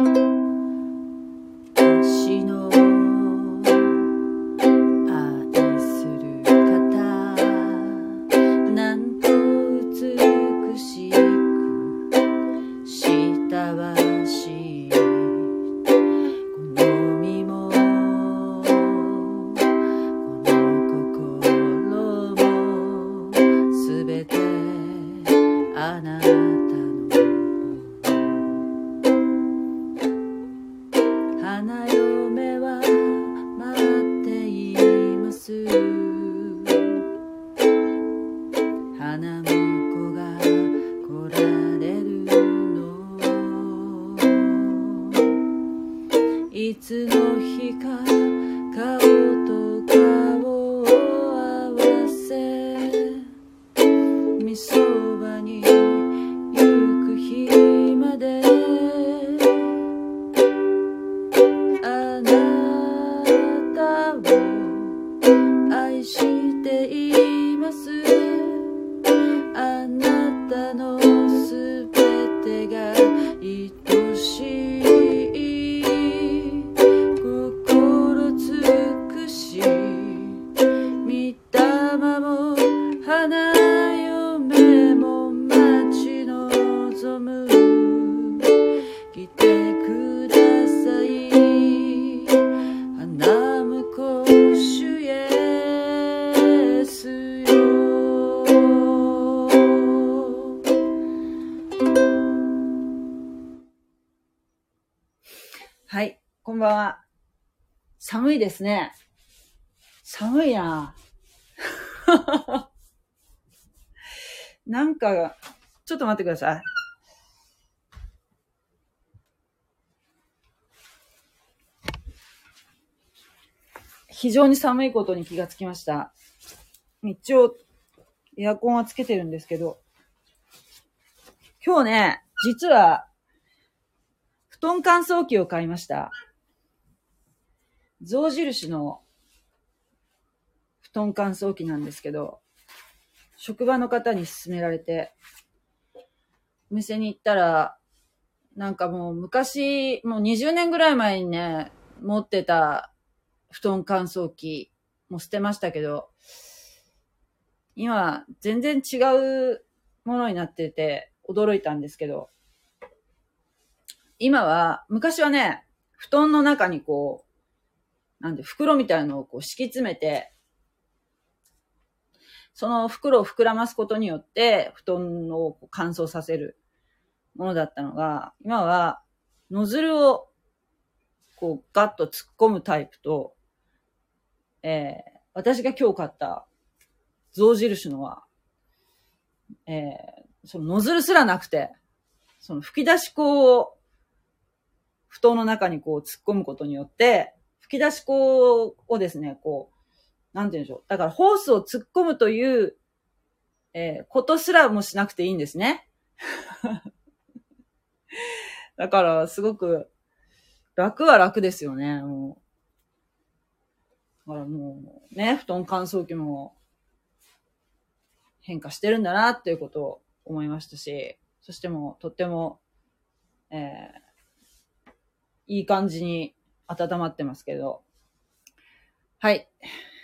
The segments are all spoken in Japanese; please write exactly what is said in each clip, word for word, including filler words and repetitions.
私の愛する方、なんと美しくしたわしいこの身もこの心もすべてあなたの花嫁は待っています花婿が来られるのいつの日か顔と顔を合わせみそばに行く日まであなたを愛していますあなたのすべてが愛しい心尽くし御霊も花嫁も待ち望む来てください花婿主イエスよはい、こんばんは。寒いですね。寒いななんか、ちょっと待ってください。非常に寒いことに気がつきました。一応、エアコンはつけてるんですけど、今日ね、実は、布団乾燥機を買いました。象印の布団乾燥機なんですけど、職場の方に勧められて、お店に行ったら、なんかもう昔、もうにじゅうねんぐらい前にね、持ってた布団乾燥機、もう捨てましたけど、今、全然違うものになってて、驚いたんですけど、今は、昔はね、布団の中にこう、なんで、袋みたいなのをこう敷き詰めて、その袋を膨らますことによって、布団を乾燥させるものだったのが、今は、ノズルを、こう、ガッと突っ込むタイプと、えー、私が今日買った象印のは、えー、そのノズルすらなくて、その吹き出し口を布団の中にこう突っ込むことによって、吹き出し口をですね、こう、なんて言うんでしょう。だからホースを突っ込むという、えー、ことすらもしなくていいんですね。だからすごく楽は楽ですよね。もうだからもうね、布団乾燥機も変化してるんだなっていうことを思いましたし、そしてもうとっても、えー、いい感じに温まってますけど。はい。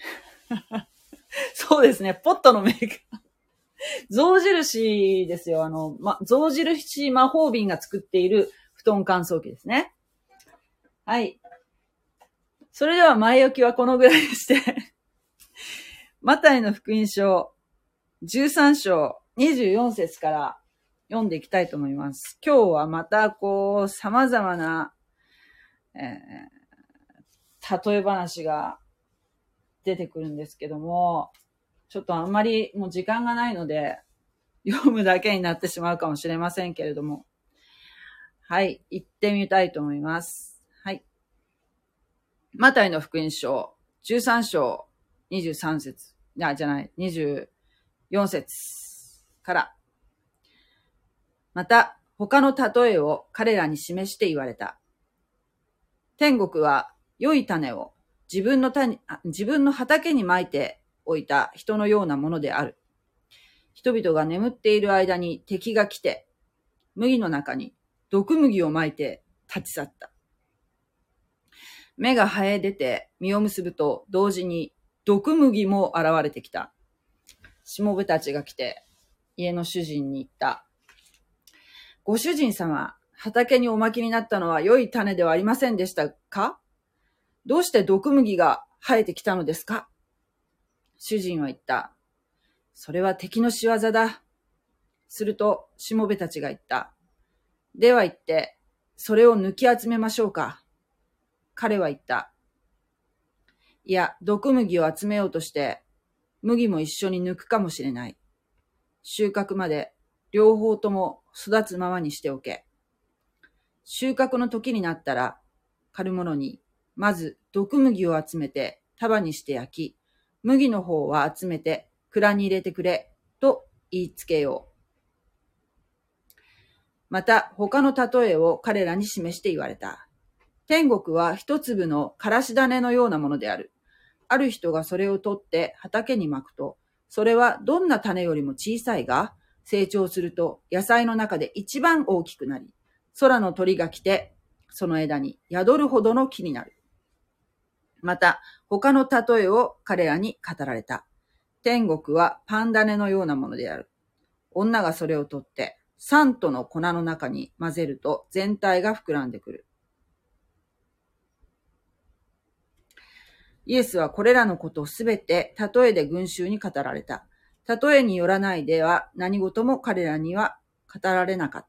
そうですね、ポットのメーカー。象印ですよ。あの、ま、象印魔法瓶が作っている布団乾燥機ですね。はい。それでは前置きはこのぐらいにしてマタイの福音書じゅうさん章にじゅうよん節から読んでいきたいと思います。今日はまたこう様々な、えー、例え話が出てくるんですけども、ちょっとあんまりもう時間がないので読むだけになってしまうかもしれませんけれども、はい、行ってみたいと思います。はい。マタイの福音書じゅうさん章にじゅうさん節、いやじゃないにじゅうよん節から、また他の例えを彼らに示して言われた。天国は良い種を自分の種、自分の畑にまいておいた人のようなものである。人々が眠っている間に敵が来て、麦の中に毒麦をまいて立ち去った。目が生え出て実を結ぶと同時に毒麦も現れてきた。しもべたちが来て家の主人に言った。ご主人様、畑におまきになったのは良い種ではありませんでしたか？どうして毒麦が生えてきたのですか？主人は言った。それは敵の仕業だ。すると、しもべたちが言った。では言って、それを抜き集めましょうか。彼は言った。いや、毒麦を集めようとして、麦も一緒に抜くかもしれない。収穫まで両方とも育つままにしておけ。収穫の時になったら、狩る者に、まず毒麦を集めて束にして焼き、麦の方は集めて蔵に入れてくれ、と言いつけよう。また他の例えを彼らに示して言われた。天国は一粒のからし種のようなものである。ある人がそれを取って畑にまくと、それはどんな種よりも小さいが、成長すると野菜の中で一番大きくなり、空の鳥が来て、その枝に宿るほどの木になる。また、他の例えを彼らに語られた。天国はパン種のようなものである。女がそれを取って、酸との粉の中に混ぜると全体が膨らんでくる。イエスはこれらのことをすべて例えで群衆に語られた。例えによらないでは何事も彼らには語られなかった。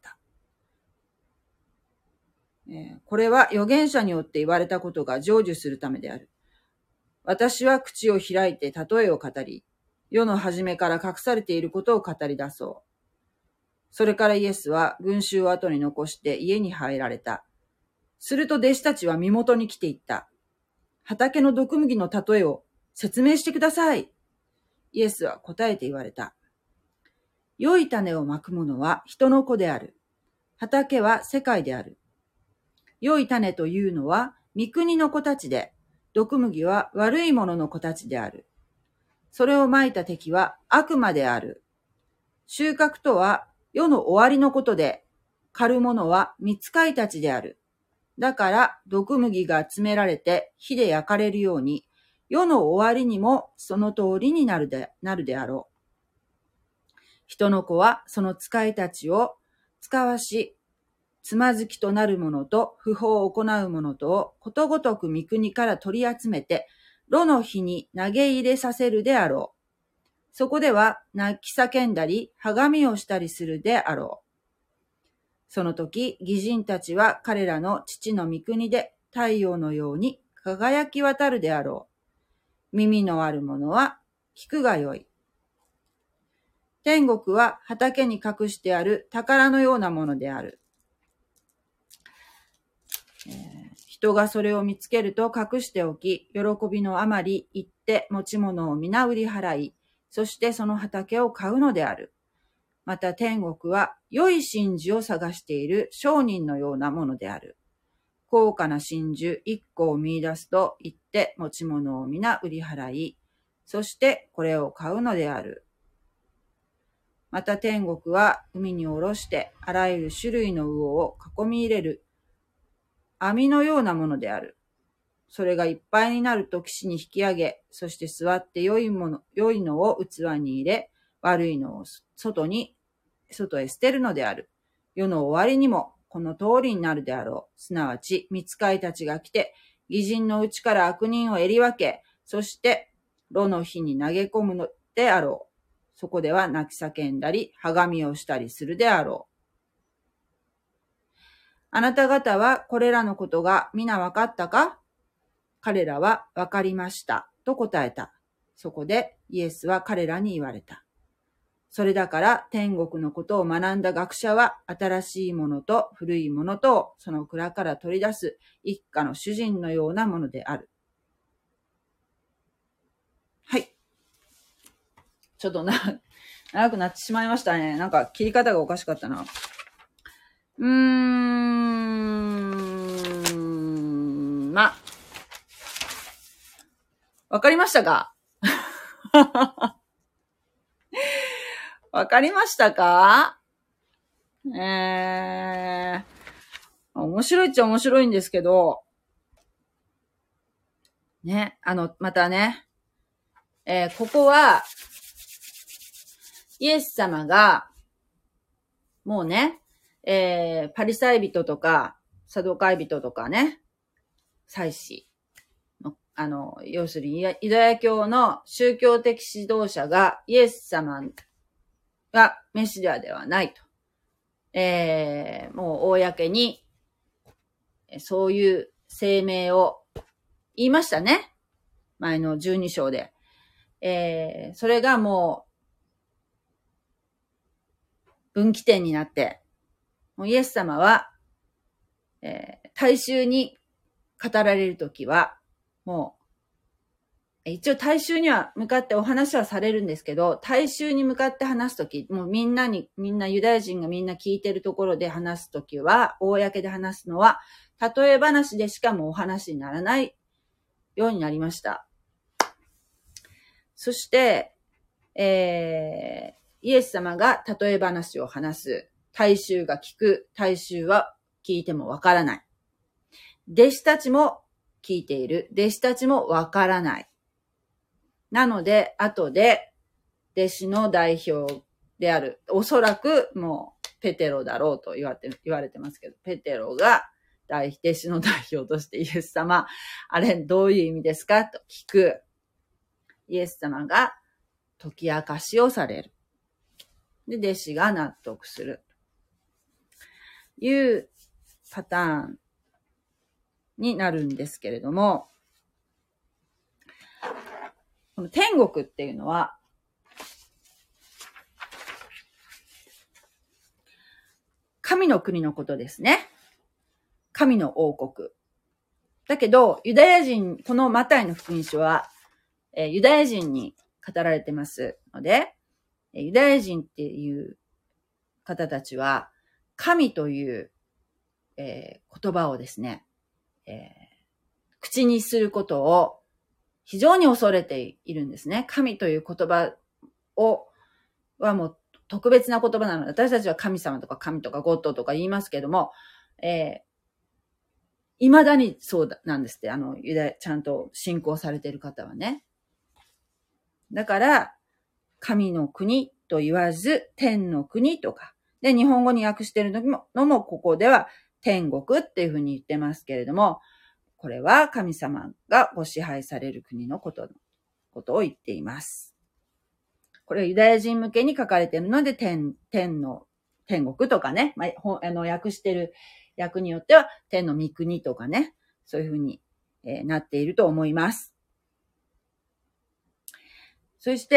これは預言者によって言われたことが成就するためである。私は口を開いて例えを語り、世の初めから隠されていることを語り出そう。それからイエスは群衆を後に残して家に入られた。すると弟子たちは身元に来ていった。畑の毒麦の例えを説明してください。イエスは答えて言われた。良い種をまく者は人の子である。畑は世界である。良い種というのは御国の子たちで、毒麦は悪い者の子たちである。それをまいた敵は悪魔である。収穫とは世の終わりのことで、狩る者は御使いたちである。だから毒麦が集められて火で焼かれるように、世の終わりにもその通りになるで、なるであろう。人の子はその使いたちを使わし、つまずきとなる者と不法を行う者とをことごとく御国から取り集めて、炉の火に投げ入れさせるであろう。そこでは泣き叫んだり、はがみをしたりするであろう。その時、義人たちは彼らの父の御国で太陽のように輝き渡るであろう。耳のある者は聞くがよい。天国は畑に隠してある宝のようなものである。えー、人がそれを見つけると隠しておき、喜びのあまり行って持ち物を皆売り払い、そしてその畑を買うのである。また天国は良い真珠を探している商人のようなものである。高価な真珠一個を見出すと言って持ち物を皆売り払い、そしてこれを買うのである。また天国は海に下ろしてあらゆる種類の魚を囲み入れる網のようなものである。それがいっぱいになると岸に引き上げ、そして座って良いもの、良いのを器に入れ、悪いのを外に、外へ捨てるのである。世の終わりにもこの通りになるであろう。すなわち、御使いたちが来て、義人のうちから悪人をえり分け、そして炉の火に投げ込むのであろう。そこでは泣き叫んだり、はがみをしたりするであろう。あなた方はこれらのことが皆わかったか？彼らはわかりましたと答えた。そこでイエスは彼らに言われた。それだから天国のことを学んだ学者は新しいものと古いものとをその蔵から取り出す一家の主人のようなものである。はい。ちょっとな、長くなってしまいましたね。なんか切り方がおかしかったな。うーん、ま、わかりましたか？わかりましたか？えー、面面白いっちゃ面白いんですけど、ね、あの、またね、えー、ここは、イエス様が、もうね、えー、パリサイ人とか、サドカイ人とかね、祭司の、あの、要するにユダヤ教の宗教的指導者がイエス様がメシアではないと。えー、もう公に、そういう声明を言いましたね。前のじゅうに章で。えー、それがもう、分岐点になって、もうイエス様は、えー、大衆に語られるときは、もう、一応大衆には向かってお話はされるんですけど、大衆に向かって話すとき、もうみんなに、みんなユダヤ人がみんな聞いてるところで話すときは、公で話すのは、例え話でしかもうお話にならないようになりました。そして、えー、イエス様が例え話を話す。大衆が聞く。大衆は聞いてもわからない。弟子たちも聞いている。弟子たちもわからない。なので、後で、弟子の代表である。おそらく、もう、ペテロだろうと言われて、言われてますけど、ペテロが、弟子の代表としてイエス様、あれ、どういう意味ですかと聞く。イエス様が解き明かしをされる。で、弟子が納得する。いうパターンになるんですけれども、この天国っていうのは、神の国のことですね。神の王国。だけど、ユダヤ人、このマタイの福音書は、えー、ユダヤ人に語られてますので、ユダヤ人っていう方たちは、神という、えー、言葉をですね、えー、口にすることを非常に恐れているんですね。神という言葉を、はもう特別な言葉なので、私たちは神様とか神とかゴッドとか言いますけども、えー、未だにそうなんですって、あの、ユダヤ、ちゃんと信仰されている方はね。だから、神の国と言わず、天の国とか。で、日本語に訳しているのも、のもここでは天国っていうふうに言ってますけれども、これは神様がご支配される国のことの、ことを言っています。これはユダヤ人向けに書かれているので、天、天の、天国とかね、まあ、あの、訳している訳によっては、天の御国とかね、そういうふうに、えー、なっていると思います。そして、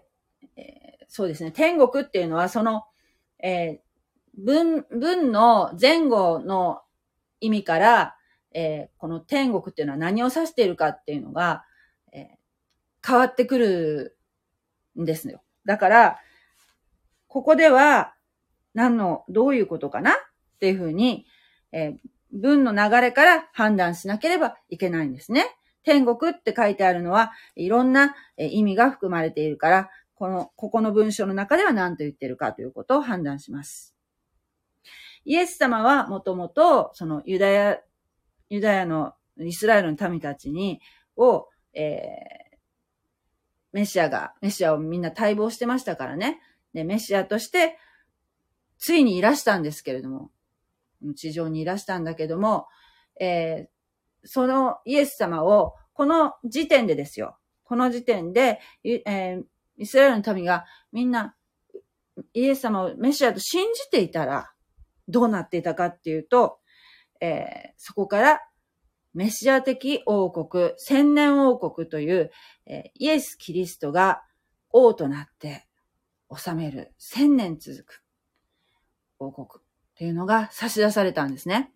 えーえー、そうですね、天国っていうのは、その、えー、文、文の前後の意味から、えー、この天国っていうのは何を指しているかっていうのが、えー、変わってくるんですよ。だから、ここでは、何の、どういうことかなっていうふうに、えー、文の流れから判断しなければいけないんですね。天国って書いてあるのは、いろんな意味が含まれているから、この、ここの文章の中では何と言っているかということを判断します。イエス様はもともと、そのユダヤ、ユダヤのイスラエルの民たちに、を、えー、メシアが、メシアをみんな待望してましたからね。で、メシアとして、ついにいらしたんですけれども、地上にいらしたんだけども、えー、そのイエス様を、この時点でですよ。この時点で、えー、イスラエルの民がみんな、イエス様をメシアと信じていたら、どうなっていたかっていうと、えー、そこからメシア的王国、千年王国という、えー、イエス・キリストが王となって治める千年続く王国というのが差し出されたんですね。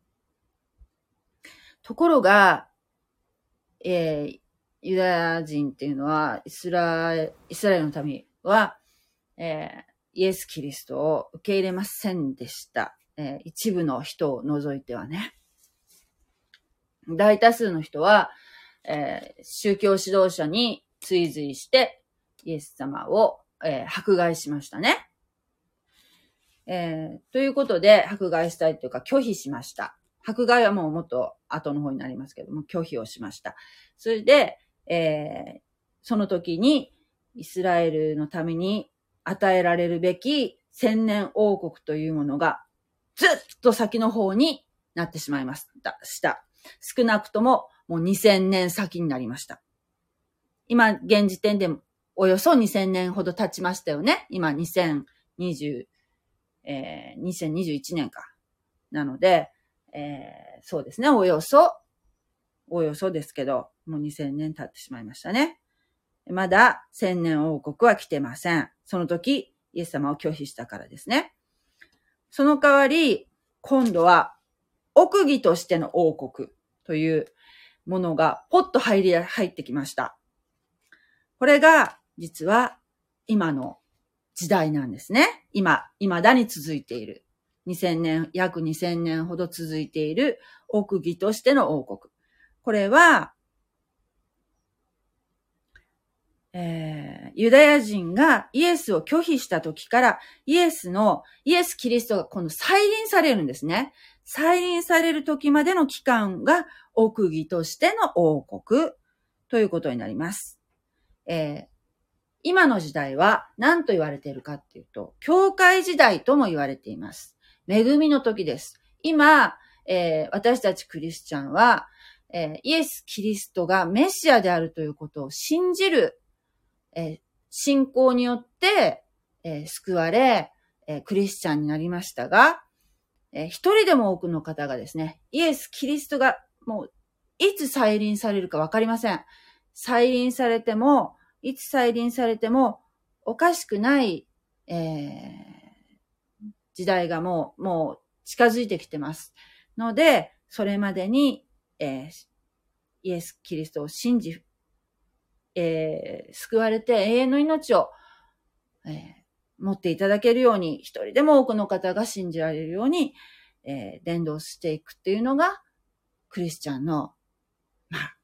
ところが、えー、ユダヤ人っていうのは、イスラエル、イスラエルの民は、えー、イエス・キリストを受け入れませんでした。えー、一部の人を除いてはね。大多数の人は、えー、宗教指導者に追随して、イエス様を、えー、迫害しましたね。 えー、ということで、迫害したいというか拒否しました。迫害はもうもっと後の方になりますけども、拒否をしました。それで、えー、その時にイスラエルのために与えられるべき千年王国というものがずっと先の方になってしまいました。した。少なくとももうにせんねん先になりました。今、現時点でおよそにせんねんほど経ちましたよね。今、にせんにじゅう、えー、にせんにじゅういちねんか。なので、えー、そうですね。およそ、およそですけど、もうにせんねん経ってしまいましたね。まだ千年王国は来てません。その時、イエス様を拒否したからですね。その代わり、今度は、奥義としての王国というものがポッと入り、入ってきました。これが、実は、今の時代なんですね。今、未だに続いている。にせんねん、約にせんねんほど続いている奥義としての王国。これは、えー、ユダヤ人がイエスを拒否した時から、イエスの、イエス・キリストが今度再臨されるんですね。再臨される時までの期間が奥義としての王国ということになります。えー、今の時代は何と言われているかっていうと、教会時代とも言われています。恵みの時です。今、えー、私たちクリスチャンは、えー、イエス・キリストがメシアであるということを信じる、えー、信仰によって、えー、救われ、えー、クリスチャンになりましたが、えー、一人でも多くの方がですね、イエス・キリストがもういつ再臨されるかわかりません。再臨されても、いつ再臨されてもおかしくない、えー、時代がもう、もう近づいてきてます。ので、それまでに、えー、イエス・キリストを信じ、えー、救われて永遠の命を、えー、持っていただけるように、一人でも多くの方が信じられるように、えー、伝道していくっていうのが、クリスチャンの、まあ、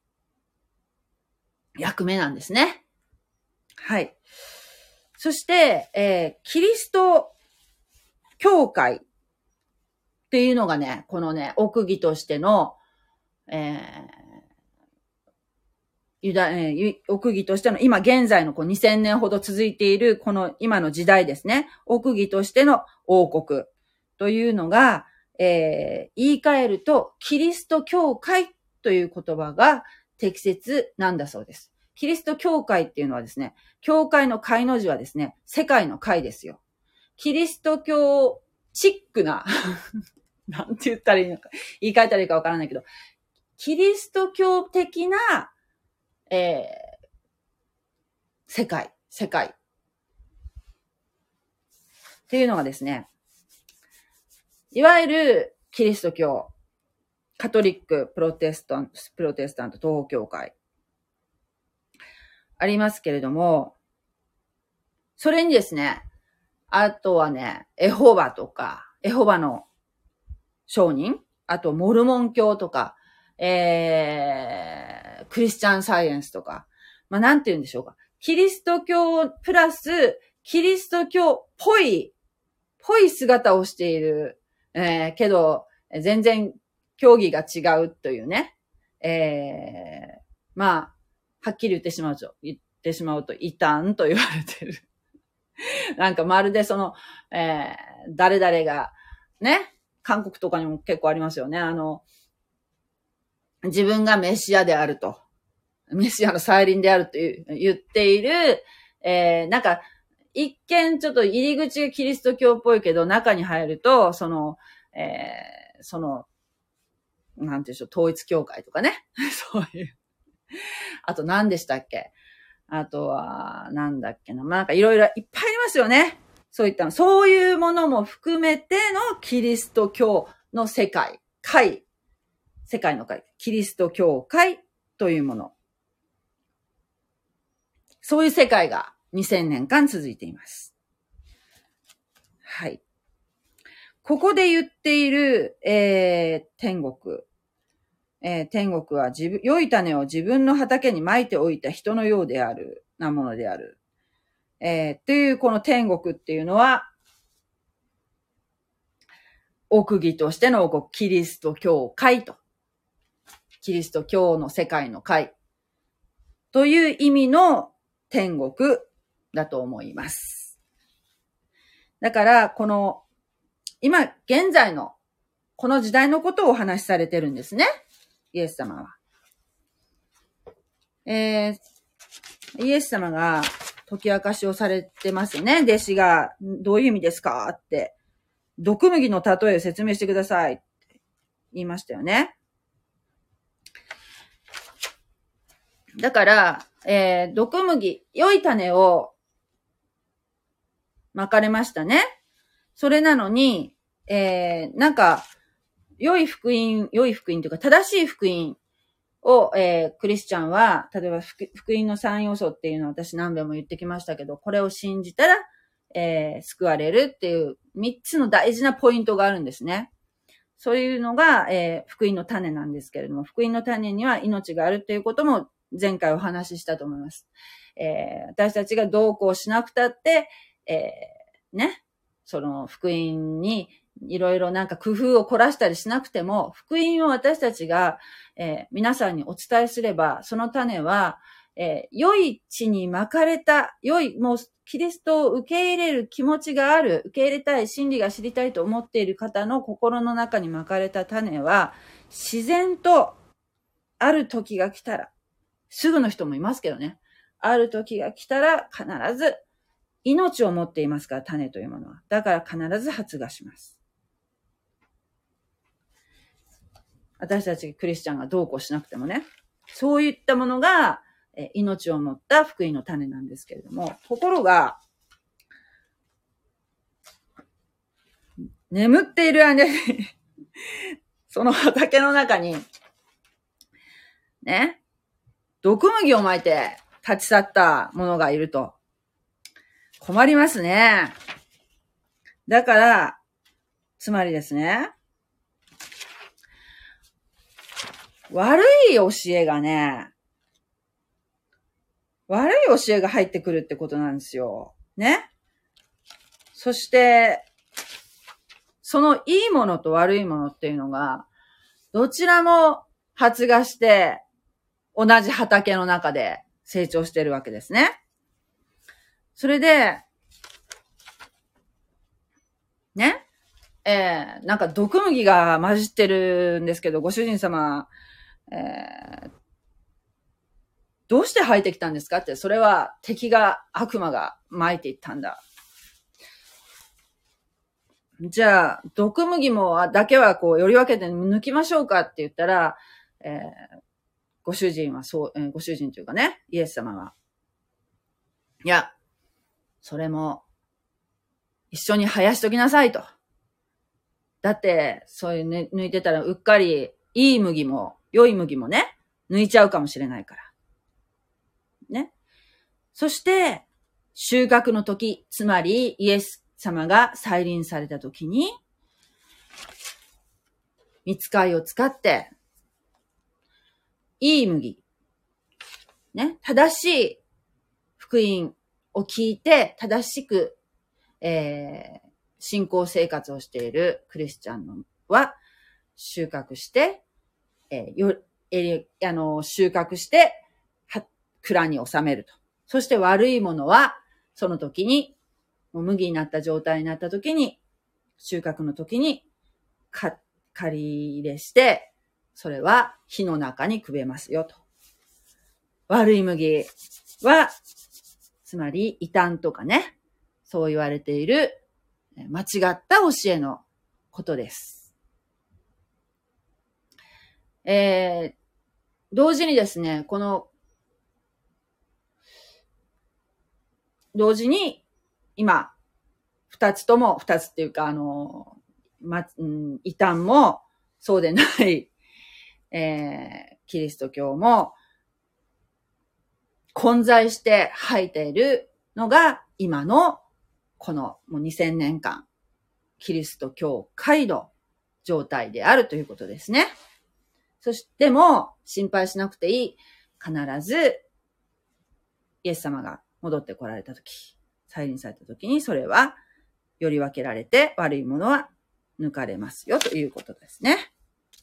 役目なんですね。はい。そして、えー、キリスト教会っていうのがね、このね、奥義としての、えー、ユダ、えー、奥義としての、今現在のこうにせんねんほど続いている、この今の時代ですね。奥義としての王国というのが、えー、言い換えると、キリスト教会という言葉が適切なんだそうです。キリスト教会っていうのはですね、教会の会の字はですね、世界の会ですよ。キリスト教チックな、なんて言ったらいいのか、言い換えたらいいかわからないけど、キリスト教的な、えー、世界、世界。っていうのがですね、いわゆるキリスト教、カトリック、プロテスタント、プロテスタント、東方教会、ありますけれども、それにですね、あとはね、エホバとか、エホバの証人、あとモルモン教とか、えー、クリスチャンサイエンスとか、まあ、なんて言うんでしょうか。キリスト教プラス、キリスト教っぽい、ぽい姿をしている、えー、けど、全然教義が違うというね。えー、まあ、はっきり言ってしまうと、言ってしまうと、異端と言われてる。なんかまるでその、えー、誰々が、ね、韓国とかにも結構ありますよね。あの、自分がメシアであると。メシアの再臨であると言っている、えー、なんか、一見ちょっと入り口がキリスト教っぽいけど、中に入ると、その、えー、その、なんていうんでしょう、統一教会とかね。そういう。あと何でしたっけ？あとは、なんだっけな。まあ、なんかいろいろいっぱいありますよね。そういったの。そういうものも含めてのキリスト教の世界。会。世界の会。キリスト教会というもの。そういう世界がにせんねんかん続いています。はい。ここで言っている、えー、天国。えー、天国は自分、良い種を自分の畑に蒔いておいた人のようである、なものである。えー、っていうこの天国っていうのは、 奥義としての王国、キリスト教会と。キリスト教の世界の会。という意味の天国だと思います。だから、この、今、現在の、この時代のことをお話しされてるんですね。イエス様は。えー、イエス様が解き明かしをされてますよね。弟子が、どういう意味ですかって。毒麦の例えを説明してくださいって言いましたよね。だから、えー、毒麦、良い種をまかれましたね。それなのに、えー、なんか、良い福音、良い福音というか、正しい福音を、えー、クリスチャンは、例えば福音の三要素っていうのを私何遍も言ってきましたけど、これを信じたら、えー、救われるっていう三つの大事なポイントがあるんですね。そういうのが、えー、福音の種なんですけれども、福音の種には命があるっていうことも前回お話ししたと思います。えー、私たちがどうこうしなくたって、えー、ね、その福音にいろいろなんか工夫を凝らしたりしなくても、福音を私たちが、えー、皆さんにお伝えすれば、その種は、えー、良い地にまかれた、良い、もうキリストを受け入れる気持ちがある、受け入れたい、真理が知りたいと思っている方の心の中にまかれた種は、自然とある時が来たら、すぐの人もいますけどね、ある時が来たら必ず命を持っていますから、種というものは。だから必ず発芽します。私たちクリスチャンがどうこうしなくてもね、そういったものが命を持った福音の種なんですけれども、ところが、眠っている間に、その畑の中に、ね、毒麦をまいて立ち去ったものがいると、困りますね。だから、つまりですね、悪い教えがね、悪い教えが入ってくるってことなんですよ。ね。そして、そのいいものと悪いものっていうのが、どちらも発芽して、同じ畑の中で成長してるわけですね。それで、ね。えー、なんか毒麦が混じってるんですけど、ご主人様、えー、どうして生えてきたんですかって、それは敵が、悪魔が撒いていったんだ。じゃあ、毒麦もだけはこう、より分けて抜きましょうかって言ったら、えー、ご主人はそう、えー、ご主人というかね、イエス様は、いや、それも、一緒に生やしときなさいと。だって、そういうね、抜いてたらうっかり、いい麦も、良い麦もね、抜いちゃうかもしれないから。ね。そして、収穫の時、つまりイエス様が再臨された時に、御使いを使って、いい麦、ね、正しい福音を聞いて、正しく、えー、信仰生活をしているクリスチャンのは、収穫して、えー、よ、えー、あの、収穫して、は、蔵に収めると。そして悪いものは、その時に、もう麦になった状態になった時に、収穫の時に、か、借り入れして、それは火の中にくべますよと。悪い麦は、つまり異端とかね、そう言われている間違った教えのことです。えー、同時にですね、この、同時に、今、二つとも、二つっていうか、あの、ま、うん、異端も、そうでない、えー、キリスト教も、混在して生えているのが、今の、この、もうにせんねんかん、キリスト教会の状態であるということですね。そしても、心配しなくていい。必ず、イエス様が戻ってこられたとき、再臨されたときに、それは、より分けられて、悪いものは抜かれますよということですね。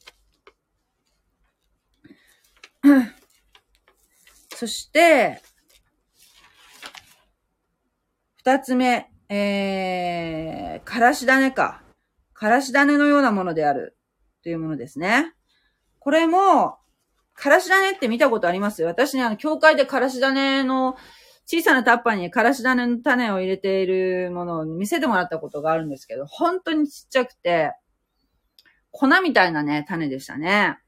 そして、二つ目、えー、からし種か。からし種のようなものであるというものですね。これも、からし種って見たことあります？私ね、あの、教会でからし種の小さなタッパーにからし種の種を入れているものを見せてもらったことがあるんですけど、本当にちっちゃくて、粉みたいなね、種でしたね。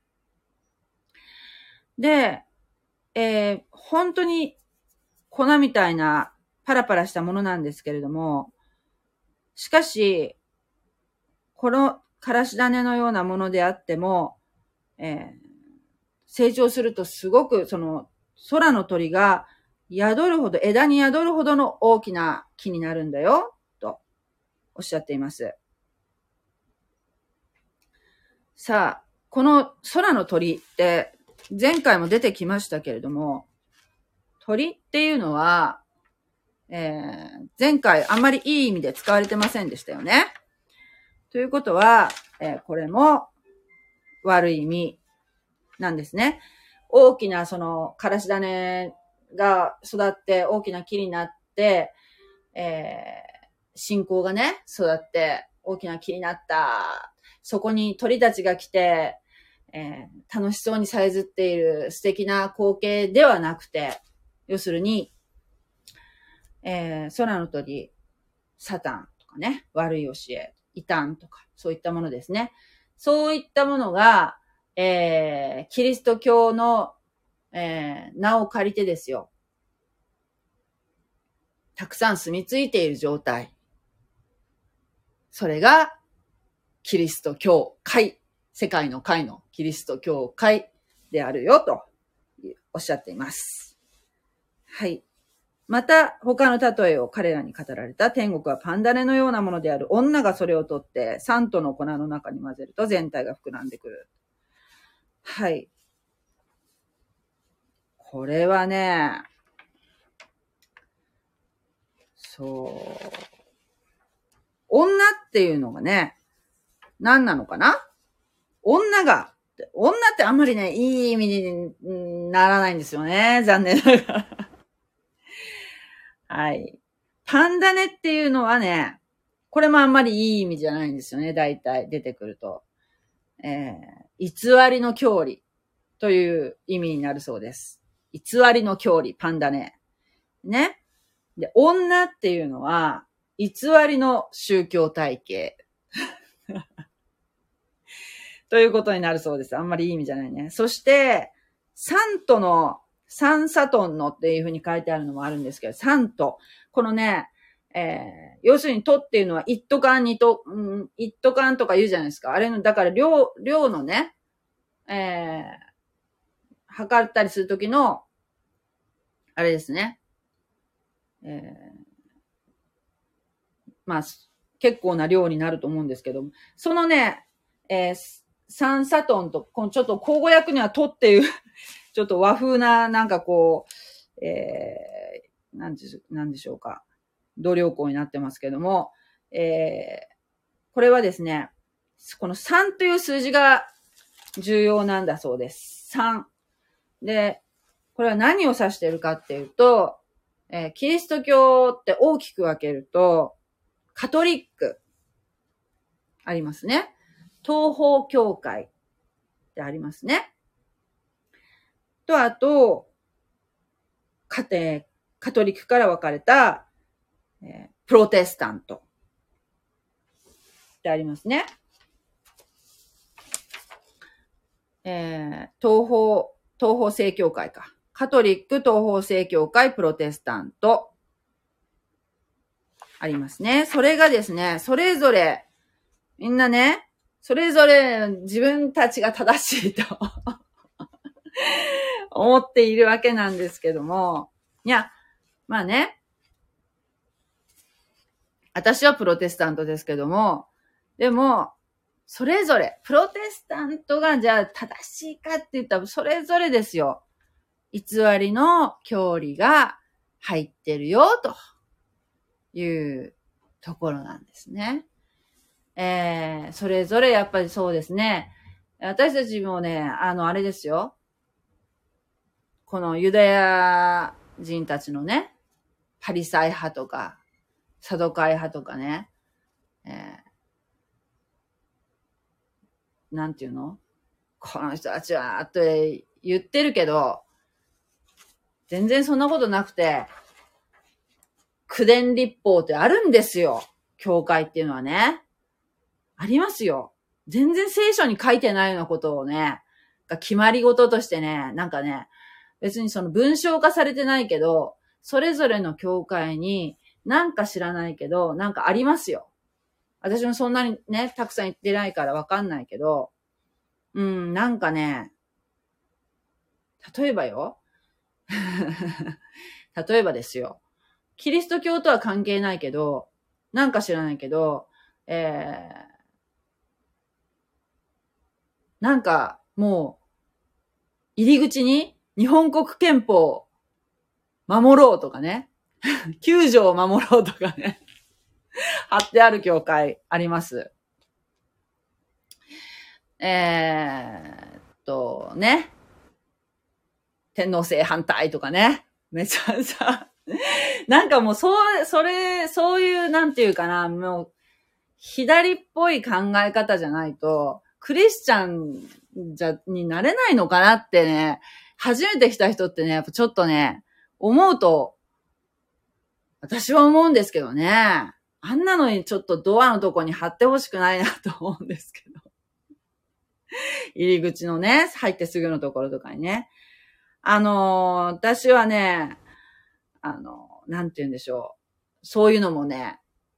で、えー、本当に粉みたいなパラパラしたものなんですけれども、しかし、このからし種のようなものであっても、えー、成長するとすごくその空の鳥が宿るほど、枝に宿るほどの大きな木になるんだよ、とおっしゃっています。さあ、この空の鳥って前回も出てきましたけれども、鳥っていうのは、えー、前回あんまりいい意味で使われてませんでしたよね。ということは、えー、これも悪い意味なんですね。大きなそのからし種が育って大きな木になって、えー、信仰がね、育って大きな木になった。そこに鳥たちが来て、えー、楽しそうにさえずっている素敵な光景ではなくて、要するに、えー、空の鳥、サタンとかね、悪い教え、異端とか、そういったものですね。そういったものが、えー、キリスト教の、えー、名を借りてですよ。たくさん住み着いている状態。それが、キリスト教会、世界の会のキリスト教会であるよ、とおっしゃっています。はい。また、他の例えを彼らに語られた天国はパンダネのようなものである。女がそれを取って、サントの粉の中に混ぜると全体が膨らんでくる。はい。これはね、そう。女っていうのがね、何なのかな？女が、女ってあんまりね、いい意味にならないんですよね。残念ながら。はい。パンダネっていうのはね、これもあんまりいい意味じゃないんですよね。大体出てくると。えー、偽りの教理という意味になるそうです。偽りの教理、パンダネ。ね。で、女っていうのは、偽りの宗教体系。ということになるそうです。あんまりいい意味じゃないね。そして、サントの、サンサトンのっていうふうに書いてあるのもあるんですけど、サント。このね、えー、要するに、とっていうのは一斗缶、二斗、うん、一斗缶とか言うじゃないですか。あれの、だから量、量のね、えー、測ったりするときの、あれですね。えー、まあ、結構な量になると思うんですけども、そのね、えー、サンサトンと、このちょっと口語訳にはとっていう、ちょっと和風な、なんかこう、えー、なんで、なんでしょうか。同量項になってますけども、えー、これはですね、このさんという数字が重要なんだそうです。さん。で、これは何を指しているかっていうと、えー、キリスト教って大きく分けると、カトリック、ありますね。東方教会ってありますね。と、あと、カテ、カトリックから分かれた、えー、プロテスタントってありますね。えー、東方、東方正教会か。カトリック、東方正教会、プロテスタント。ありますね。それがですね、それぞれ、みんなね、それぞれ自分たちが正しいと思っているわけなんですけども、いや、まあね、私はプロテスタントですけども、でも、それぞれ、プロテスタントがじゃあ正しいかって言ったら、それぞれですよ。偽りの教理が入ってるよ、というところなんですね。 えー、それぞれやっぱりそうですね。私たちもね、あの、あれですよ。このユダヤ人たちのね、パリサイ派とか、サドカイ派とかね、えー、なんていうの？この人たちは、って言ってるけど、全然そんなことなくて、九伝立法ってあるんですよ。教会っていうのはね。ありますよ。全然聖書に書いてないようなことをね、が決まり事としてね、なんかね、別にその文章化されてないけど、それぞれの教会になんか知らないけど、なんかありますよ。私もそんなにね、たくさん言ってないからわかんないけど、うん、なんかね、例えばよ。例えばですよ。キリスト教とは関係ないけど、なんか知らないけど、えー、なんかもう、入り口に日本国憲法守ろうとかね。きゅう条守ろうとかね。貼ってある教会あります。えーっとね。天皇制反対とかね。めちゃめちゃ。なんかもうそう、それ、そういうなんていうかな、もう、左っぽい考え方じゃないと、クリスチャンじゃ、になれないのかなってね、初めて来た人ってね、やっぱちょっとね、思うと、私は思うんですけどね。あんなのにちょっとドアのとこに貼ってほしくないなと思うんですけど。入り口のね、入ってすぐのところとかにね。あのー、私はね、あの、なんて言うんでしょう。そういうのもね、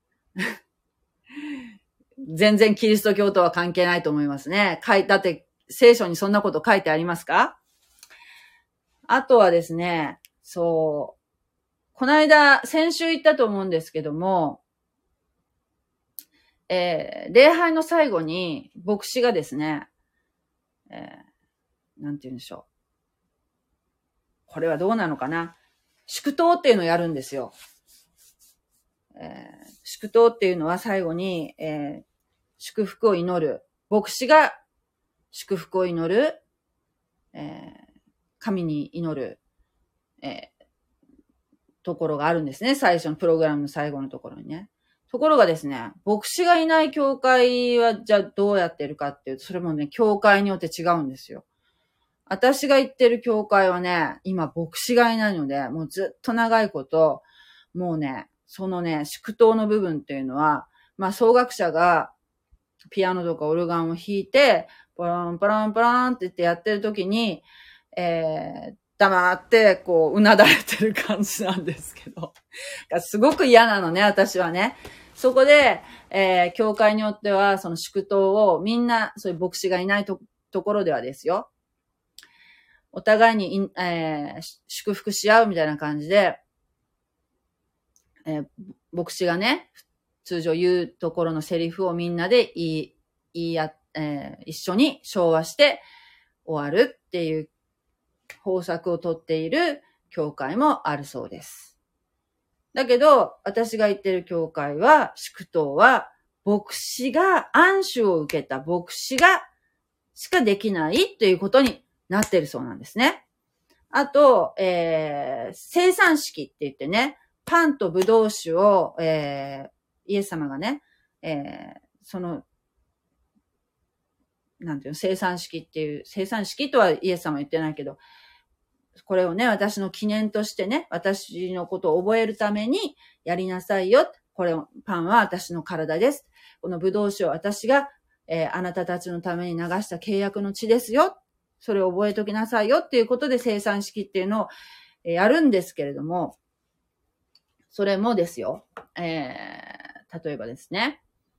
全然キリスト教とは関係ないと思いますね。書い、だって聖書にそんなこと書いてありますか？あとはですね、そう、この間、先週言ったと思うんですけども、えー、礼拝の最後に牧師がですね、えー、なんて言うんでしょう。これはどうなのかな？祝祷っていうのをやるんですよ。えー、祝祷っていうのは最後に、えー、祝福を祈る。牧師が祝福を祈る。えー、神に祈る。えー、ところがあるんですね。最初のプログラムの最後のところにね。ところがですね、牧師がいない教会はじゃあどうやってるかっていうと、それもね、教会によって違うんですよ。私が行ってる教会はね、今牧師がいないので、もうずっと長いこと、もうね、そのね、祝祷の部分っていうのは、まあ、奏楽者がピアノとかオルガンを弾いて、ポロンポロンポロンって言ってやってる時に、えー、黙って、こう、うなだれてる感じなんですけど。すごく嫌なのね、私はね。そこで、えー、教会によっては、その祝祷をみんな、そういう牧師がいないと、ところではですよ。お互いに、えー、祝福し合うみたいな感じで、えー、牧師がね、通常言うところのセリフをみんなで言い、言いや、えー、一緒に唱和して終わるっていう方策をとっている教会もあるそうです。だけど、私が言ってる教会は、祝祷は、牧師が、安守を受けた牧師がしかできないということになっているそうなんですね。あと、えー、生産式って言ってね、パンとブドウ酒を、えー、イエス様がね、えー、その、なんていうの、生産式っていう、生産式とはイエス様言ってないけど、これをね、私の記念としてね、私のことを覚えるためにやりなさいよ。これ、パンは私の体です。このブドウ酒を私が、えー、あなたたちのために流した契約の血ですよ。それを覚えときなさいよっていうことで生産式っていうのをやるんですけれども、それもですよ、えー、例えばですね、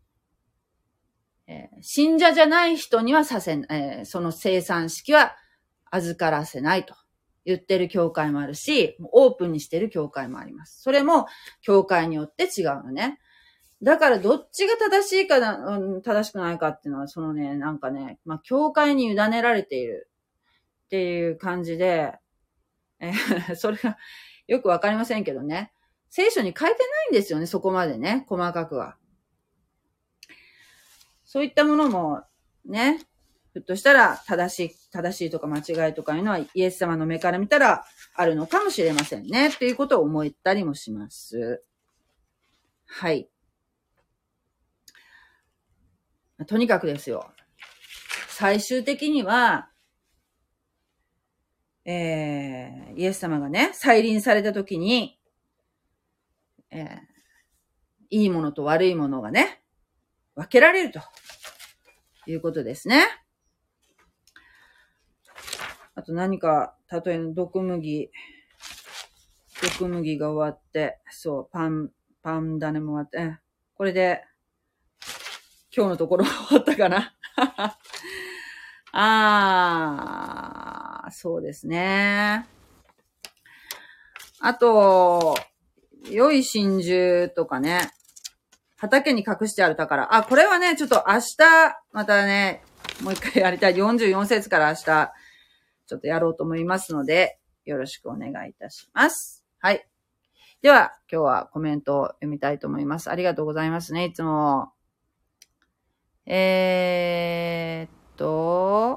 えー、信者じゃない人にはさせ、えー、その生産式は預からせないと言ってる教会もあるし、オープンにしてる教会もあります。それも教会によって違うのね。だからどっちが正しいかな、うん、正しくないかっていうのは、そのね、なんかね、まあ、教会に委ねられているっていう感じで、えー、それがよくわかりませんけどね。聖書に書いてないんですよね、そこまでね、細かくは。 そういったものもね、ひょっとしたら正しい、正しいとか間違いとかいうのはイエス様の目から見たらあるのかもしれませんね。っていうことを思ったりもします。はい。とにかくですよ。最終的には、えー、イエス様がね、再臨されたときに、えー、いいものと悪いものがね、分けられるということですね。あと何か、例えば毒麦、毒麦が終わって、そう、パン、パン種も終わって、これで、今日のところ終わったかなあー、そうですね。あと、良い真珠とかね、畑に隠してある宝。あ、これはね、ちょっと明日、またね、もう一回やりたい。よんじゅうよん節から明日、ちょっとやろうと思いますので、よろしくお願いいたします。はい。では、今日はコメントを読みたいと思います。ありがとうございますね、いつも。えーっと、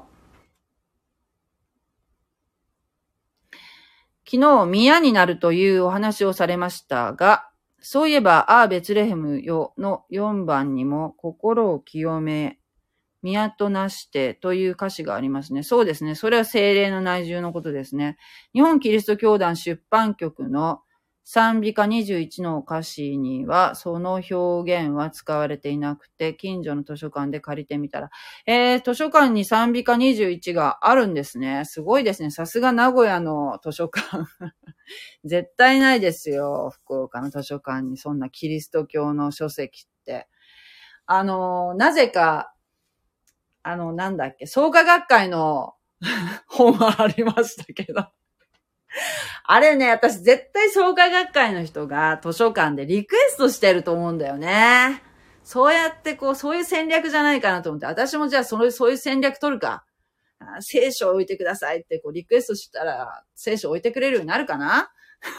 昨日、宮になるというお話をされましたが、そういえば、ああ、ベツレヘムよのよんばんにも、心を清め、宮となしてという歌詞がありますね。そうですね。それは聖霊の内住のことですね。日本キリスト教団出版局の賛美歌にじゅういちの歌詞には、その表現は使われていなくて、近所の図書館で借りてみたら、えー、図書館に賛美歌にじゅういちがあるんですね。すごいですね。さすが名古屋の図書館。絶対ないですよ。福岡の図書館にそんなキリスト教の書籍って。あの、なぜか、あの、なんだっけ、創価学会の本はありましたけど。あれね、私絶対創価学会の人が図書館でリクエストしてると思うんだよね。そうやってこう、そういう戦略じゃないかなと思って、私もじゃあその、そういう戦略取るか。聖書を置いてくださいってこうリクエストしたら、聖書を置いてくれるようになるかな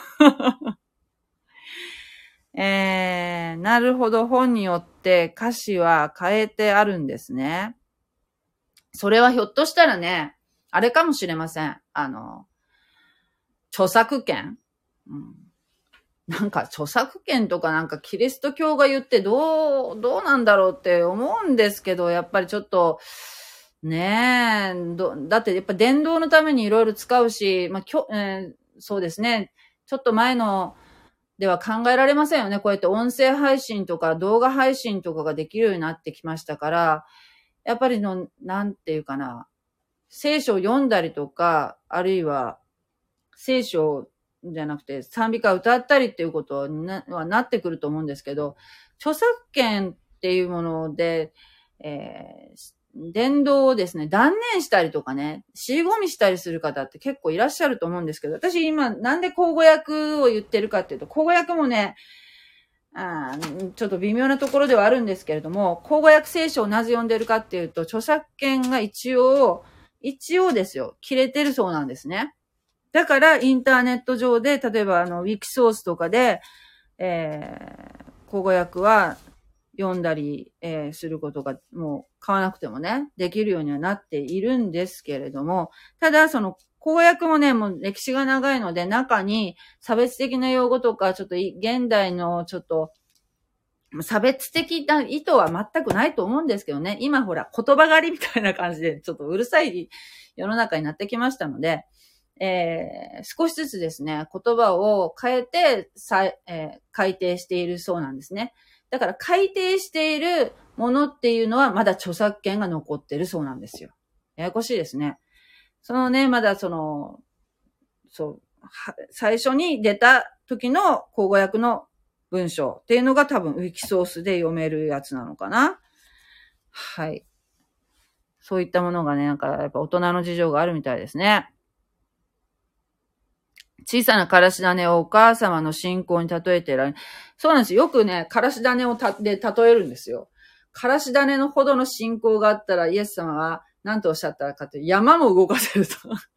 えー、なるほど、本によって歌詞は変えてあるんですね。それはひょっとしたらね、あれかもしれません。あの、著作権、うん、なんか著作権とかなんかキリスト教が言ってどう、どうなんだろうって思うんですけど、やっぱりちょっと、ねえ、どだってやっぱ伝道のためにいろいろ使うし、まあ、きょ、えー、そうですね。ちょっと前のでは考えられませんよね。こうやって音声配信とか動画配信とかができるようになってきましたから、やっぱりの、なんていうかな。聖書を読んだりとか、あるいは聖書じゃなくて賛美歌を歌ったりっていうことに な, はなってくると思うんですけど、著作権っていうもので、えー、伝道をですね、断念したりとかね、尻込みしたりする方って結構いらっしゃると思うんですけど、私今なんで口語訳を言ってるかっていうと、口語訳もね、あちょっと微妙なところではあるんですけれども、口語訳聖書をなぜ読んでるかっていうと、著作権が一応、一応ですよ、切れてるそうなんですね。だから、インターネット上で、例えば、あの、ウィキソースとかで、えー、口語訳は読んだり、えー、することが、もう、買わなくてもね、できるようにはなっているんですけれども、ただ、その、口語訳もね、もう歴史が長いので、中に差別的な用語とか、ちょっと現代のちょっと、差別的な意図は全くないと思うんですけどね。今ほら、言葉狩りみたいな感じで、ちょっとうるさい世の中になってきましたので、えー、少しずつですね、言葉を変えて、さえー、改定しているそうなんですね。だから改定しているものっていうのはまだ著作権が残っているそうなんですよ。ややこしいですね。そのね、まだその、そう、最初に出た時の口語訳の文章っていうのが多分ウィキソースで読めるやつなのかな。はい。そういったものがね、なんかやっぱ大人の事情があるみたいですね。小さなからし種をお母様の信仰に例えてられる。そうなんですよ。よくね、からし種をたで例えるんですよ。からし種のほどの信仰があったら、イエス様は何とおっしゃったかというと、山も動かせると。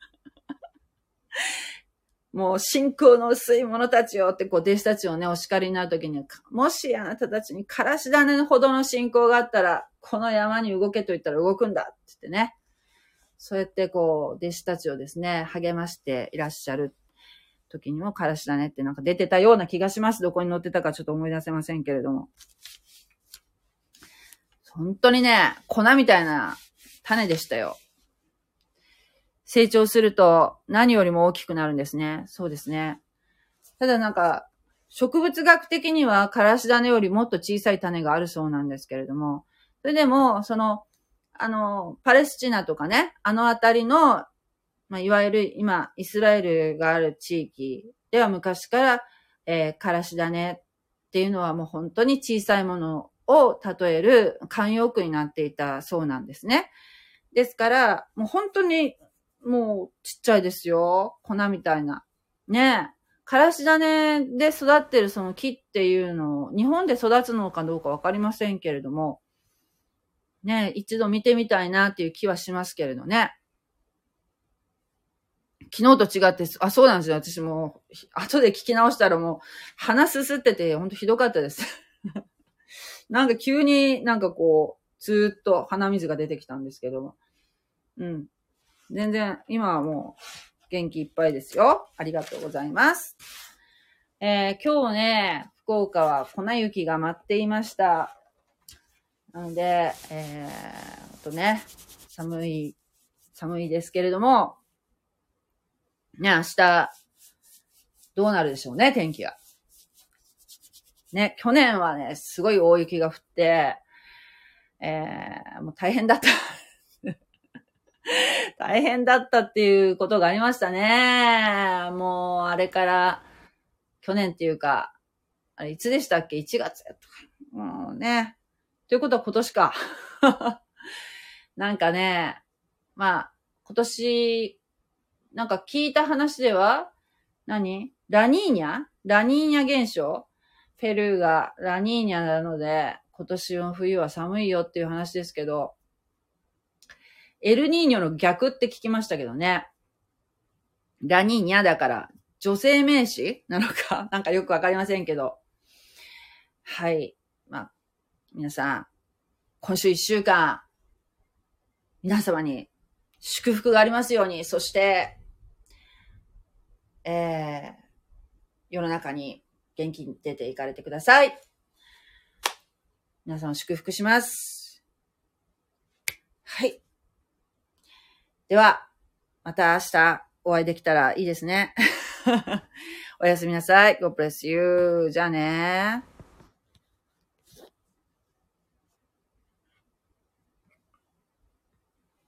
もう信仰の薄い者たちよってこう弟子たちをね、お叱りになるときに、もしあなたたちにからし種のほどの信仰があったら、 この山に動けと言ったら動くんだって言ってね。そうやってこう、弟子たちをですね、励ましていらっしゃる時にも、からし種ってなんか出てたような気がします。どこに載ってたかちょっと思い出せませんけれども。本当にね、粉みたいな種でしたよ。成長すると何よりも大きくなるんですね。そうですね。ただなんか、植物学的にはからし種よりもっと小さい種があるそうなんですけれども、それでも、その、あの、パレスチナとかね、あのあたりの、まあ、いわゆる今、イスラエルがある地域では昔から、えー、からし種っていうのはもう本当に小さいものを例える慣用句になっていたそうなんですね。ですから、もう本当に、もうちっちゃいですよ。粉みたいな。ねえ。からし種で育ってるその木っていうのを、日本で育つのかどうかわかりませんけれども、ねえ、一度見てみたいなっていう気はしますけれどね。昨日と違って、あ、そうなんですよ。私も、後で聞き直したらもう、鼻すすってて、ほんとひどかったです。なんか急になんかこう、ずーっと鼻水が出てきたんですけども。うん。全然、今はもう、元気いっぱいですよ。ありがとうございます。えー、今日ね、福岡は粉雪が舞っていました。なので、えー、あとね、寒い、寒いですけれども、ね、明日、どうなるでしょうね、天気が。ね、去年はね、すごい大雪が降って、えー、もう大変だった。大変だったっていうことがありましたね。もう、あれから、去年っていうか、あれ、いつでしたっけ ?いち 月とか。もうね。ということは今年か。なんかね、まあ、今年、なんか聞いた話では、何ラニーニャラニーニャ現象ペルーがラニーニャなので、今年の冬は寒いよっていう話ですけど、エルニーニョの逆って聞きましたけどね。ラニーニャだから女性名詞なのかなんかよくわかりませんけど。はい。まあ、皆さん、今週一週間、皆様に祝福がありますように、そして、えー、世の中に元気に出ていかれてください。皆さんを祝福します。はい。では、また明日お会いできたらいいですね。おやすみなさい。God bless you. じゃあね。